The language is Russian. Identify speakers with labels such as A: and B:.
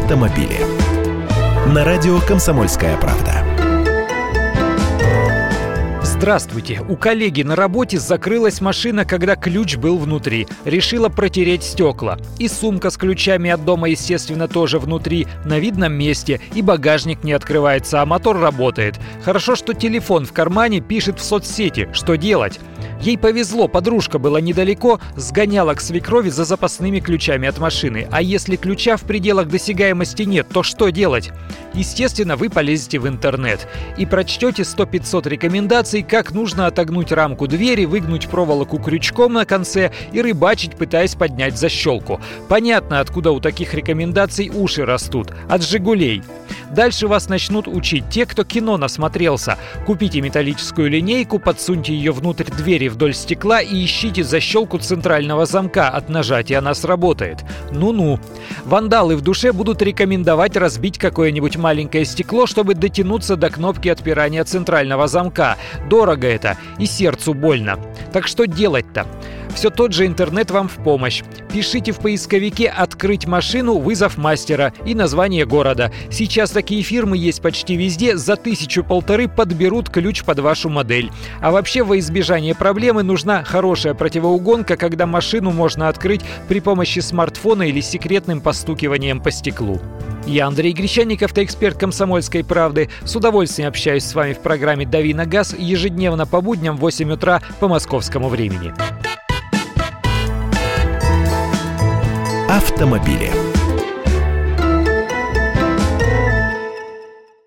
A: автомобили. На радио «Комсомольская правда».
B: Здравствуйте. У коллеги на работе закрылась машина, когда ключ был внутри. Решила протереть стекла. И сумка с ключами от дома, естественно, тоже внутри, на видном месте. И багажник не открывается, а мотор работает. Хорошо, что телефон в кармане пишет в соцсети. Что делать? Ей повезло, подружка была недалеко, сгоняла к свекрови за запасными ключами от машины. А если ключа в пределах досягаемости нет, то что делать? Естественно, вы полезете в интернет и прочтете 100-500 рекомендаций, как нужно отогнуть рамку двери, выгнуть проволоку крючком на конце и рыбачить, пытаясь поднять защелку. Понятно, откуда у таких рекомендаций уши растут. От «Жигулей». Дальше вас начнут учить те, кто кино насмотрелся. Купите металлическую линейку, подсуньте ее внутрь двери вдоль стекла и ищите защелку центрального замка. От нажатия она сработает. Ну-ну. Вандалы в душе будут рекомендовать разбить какое-нибудь маленькое стекло, чтобы дотянуться до кнопки отпирания центрального замка. Дорого это и сердцу больно. Так что делать-то? Все тот же интернет вам в помощь. Пишите в поисковике «Открыть машину», вызов мастера и название города. Сейчас такие фирмы есть почти везде, за 1000-1500 подберут ключ под вашу модель. А вообще, во избежание проблемы нужна хорошая противоугонка, когда машину можно открыть при помощи смартфона или секретным постукиванием по стеклу. Я Андрей Гречанник, автоэксперт «Комсомольской правды». С удовольствием общаюсь с вами в программе «Дави на газ» ежедневно по будням в 8 утра по московскому времени.
A: Автомобили.